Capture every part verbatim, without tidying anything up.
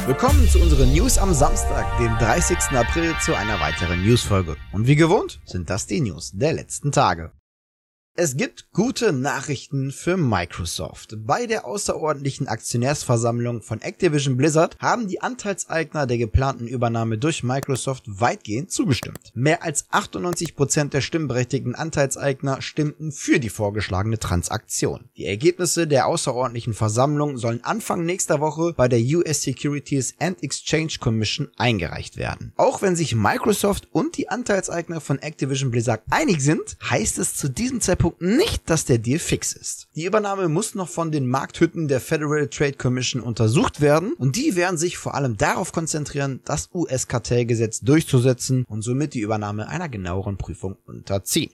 Willkommen zu unseren News am Samstag, dem dreißigsten April, zu einer weiteren Newsfolge. Und wie gewohnt sind das die News der letzten Tage. Es gibt gute Nachrichten für Microsoft. Bei der außerordentlichen Aktionärsversammlung von Activision Blizzard haben die Anteilseigner der geplanten Übernahme durch Microsoft weitgehend zugestimmt. Mehr als achtundneunzig Prozent der stimmberechtigten Anteilseigner stimmten für die vorgeschlagene Transaktion. Die Ergebnisse der außerordentlichen Versammlung sollen Anfang nächster Woche bei der U S Securities and Exchange Commission eingereicht werden. Auch wenn sich Microsoft und die Anteilseigner von Activision Blizzard einig sind, heißt es zu diesem Zeitpunkt nicht, dass der Deal fix ist. Die Übernahme muss noch von den Markthütten der Federal Trade Commission untersucht werden und die werden sich vor allem darauf konzentrieren, das U S-Kartellgesetz durchzusetzen und somit die Übernahme einer genaueren Prüfung unterziehen.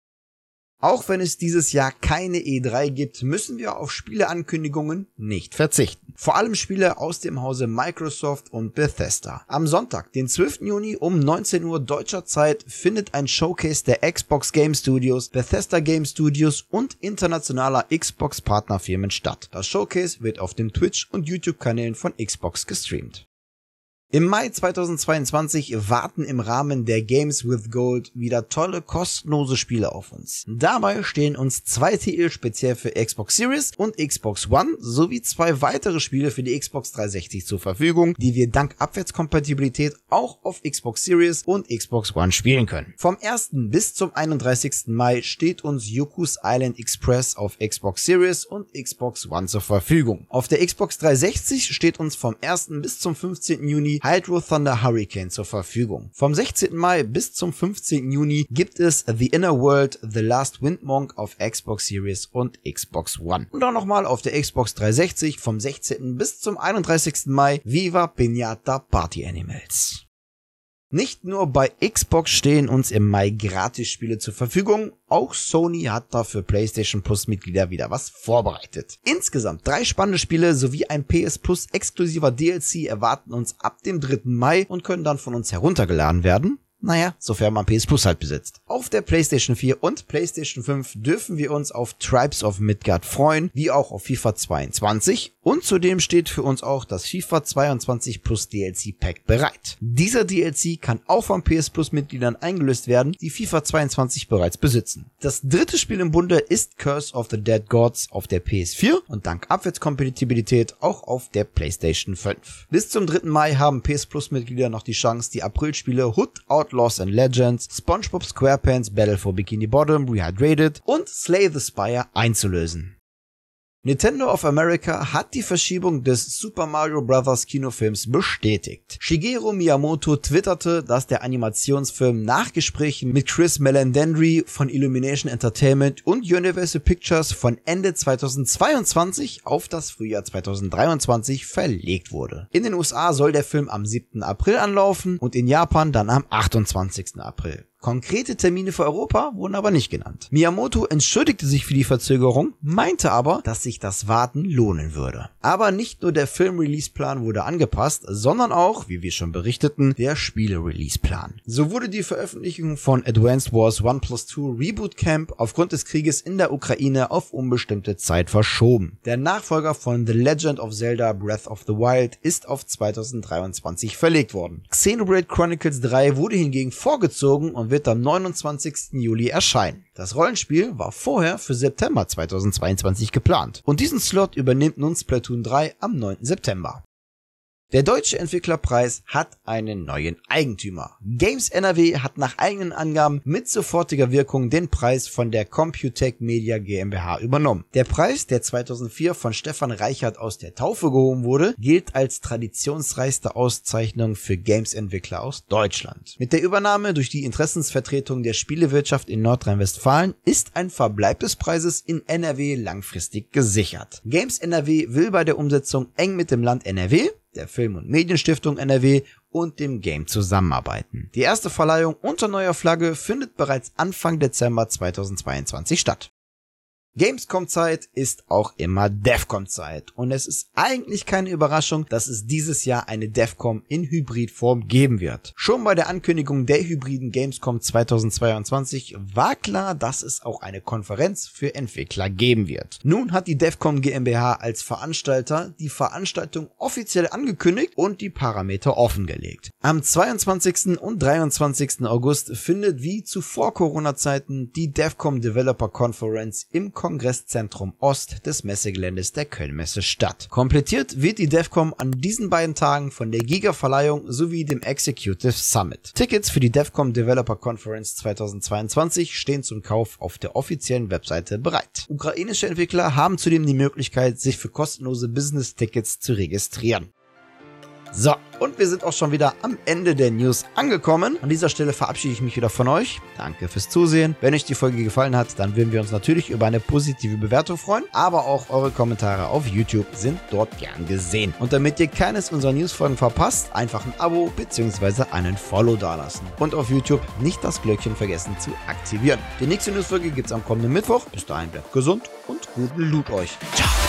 Auch wenn es dieses Jahr keine E drei gibt, müssen wir auf Spieleankündigungen nicht verzichten. Vor allem Spiele aus dem Hause Microsoft und Bethesda. Am Sonntag, den zwölften Juni um neunzehn Uhr deutscher Zeit, findet ein Showcase der Xbox Game Studios, Bethesda Game Studios und internationaler Xbox-Partnerfirmen statt. Das Showcase wird auf den Twitch- und YouTube-Kanälen von Xbox gestreamt. Im Mai zweitausendzweiundzwanzig warten im Rahmen der Games with Gold wieder tolle kostenlose Spiele auf uns. Dabei stehen uns zwei Titel speziell für Xbox Series und Xbox One sowie zwei weitere Spiele für die Xbox dreihundertsechzig zur Verfügung, die wir dank Abwärtskompatibilität auch auf Xbox Series und Xbox One spielen können. Vom ersten bis zum einunddreißigsten Mai steht uns Yoku's Island Express auf Xbox Series und Xbox One zur Verfügung. Auf der Xbox dreihundertsechzig steht uns vom ersten bis zum fünfzehnten Juni Hydro Thunder Hurricane zur Verfügung. Vom sechzehnten Mai bis zum fünfzehnten Juni gibt es The Inner World, The Last Windmonk auf Xbox Series und Xbox One. Und auch nochmal auf der Xbox dreihundertsechzig vom sechzehnten bis zum einunddreißigsten Mai Viva Pinata Party Animals. Nicht nur bei Xbox stehen uns im Mai Gratisspiele zur Verfügung, auch Sony hat da für PlayStation Plus Mitglieder wieder was vorbereitet. Insgesamt drei spannende Spiele sowie ein P S Plus exklusiver D L C erwarten uns ab dem dritten Mai und können dann von uns heruntergeladen werden. Naja, sofern man P S Plus halt besitzt. Auf der PlayStation vier und PlayStation fünf dürfen wir uns auf Tribes of Midgard freuen, wie auch auf FIFA zweiundzwanzig. Und zudem steht für uns auch das FIFA zweiundzwanzig Plus D L C Pack bereit. Dieser D L C kann auch von P S Plus Mitgliedern eingelöst werden, die FIFA zweiundzwanzig bereits besitzen. Das dritte Spiel im Bunde ist Curse of the Dead Gods auf der P S vier und dank Abwärtskompatibilität auch auf der PlayStation fünf. Bis zum dritten Mai haben P S Plus Mitglieder noch die Chance, die Aprilspiele Hood, Outlaws and Legends, SpongeBob SquarePants Battle for Bikini Bottom Rehydrated und Slay the Spire einzulösen. Nintendo of America hat die Verschiebung des Super Mario Bros. Kinofilms bestätigt. Shigeru Miyamoto twitterte, dass der Animationsfilm nach Gesprächen mit Chris Meledandri von Illumination Entertainment und Universal Pictures von Ende zweitausendzweiundzwanzig auf das Frühjahr zweitausenddreiundzwanzig verlegt wurde. In den U S A soll der Film am siebten April anlaufen und in Japan dann am achtundzwanzigsten April. Konkrete Termine für Europa wurden aber nicht genannt. Miyamoto entschuldigte sich für die Verzögerung, meinte aber, dass sich das Warten lohnen würde. Aber nicht nur der Film-Release-Plan wurde angepasst, sondern auch, wie wir schon berichteten, der Spiele-Release-Plan. So wurde die Veröffentlichung von Advanced Wars One plus Two Reboot Camp aufgrund des Krieges in der Ukraine auf unbestimmte Zeit verschoben. Der Nachfolger von The Legend of Zelda Breath of the Wild ist auf zweitausenddreiundzwanzig verlegt worden. Xenoblade Chronicles drei wurde hingegen vorgezogen und wird am neunundzwanzigsten Juli erscheinen. Das Rollenspiel war vorher für September zweitausendzweiundzwanzig geplant und diesen Slot übernimmt nun Splatoon drei am neunten September. Der Deutsche Entwicklerpreis hat einen neuen Eigentümer. Games N R W hat nach eigenen Angaben mit sofortiger Wirkung den Preis von der Computec Media GmbH übernommen. Der Preis, der zweitausendvier von Stefan Reichert aus der Taufe gehoben wurde, gilt als traditionsreichste Auszeichnung für Games-Entwickler aus Deutschland. Mit der Übernahme durch die Interessensvertretung der Spielewirtschaft in Nordrhein-Westfalen ist ein Verbleib des Preises in N R W langfristig gesichert. Games N R W will bei der Umsetzung eng mit dem Land N R W, der Film- und Medienstiftung N R W und dem Game zusammenarbeiten. Die erste Verleihung unter neuer Flagge findet bereits Anfang Dezember zweitausendzweiundzwanzig statt. Gamescom-Zeit ist auch immer DEFCON-Zeit und es ist eigentlich keine Überraschung, dass es dieses Jahr eine DEFCON in Hybridform geben wird. Schon bei der Ankündigung der hybriden Gamescom zweitausendzweiundzwanzig war klar, dass es auch eine Konferenz für Entwickler geben wird. Nun hat die DEFCON GmbH als Veranstalter die Veranstaltung offiziell angekündigt und die Parameter offengelegt. Am zweiundzwanzigsten und dreiundzwanzigsten August findet wie zu Vor-Corona-Zeiten die DEFCON Developer Conference im Kongresszentrum Ost des Messegeländes der Kölnmesse statt. Komplettiert wird die DEFCON an diesen beiden Tagen von der Giga-Verleihung sowie dem Executive Summit. Tickets für die DEFCON Developer Conference zweitausendzweiundzwanzig stehen zum Kauf auf der offiziellen Webseite bereit. Ukrainische Entwickler haben zudem die Möglichkeit, sich für kostenlose Business-Tickets zu registrieren. So, und wir sind auch schon wieder am Ende der News angekommen. An dieser Stelle verabschiede ich mich wieder von euch. Danke fürs Zusehen. Wenn euch die Folge gefallen hat, dann würden wir uns natürlich über eine positive Bewertung freuen, aber auch eure Kommentare auf YouTube sind dort gern gesehen. Und damit ihr keines unserer Newsfolgen verpasst, einfach ein Abo bzw. einen Follow dalassen. Und auf YouTube nicht das Glöckchen vergessen zu aktivieren. Die nächste Newsfolge gibt es am kommenden Mittwoch. Bis dahin bleibt gesund und guten Loot euch. Ciao!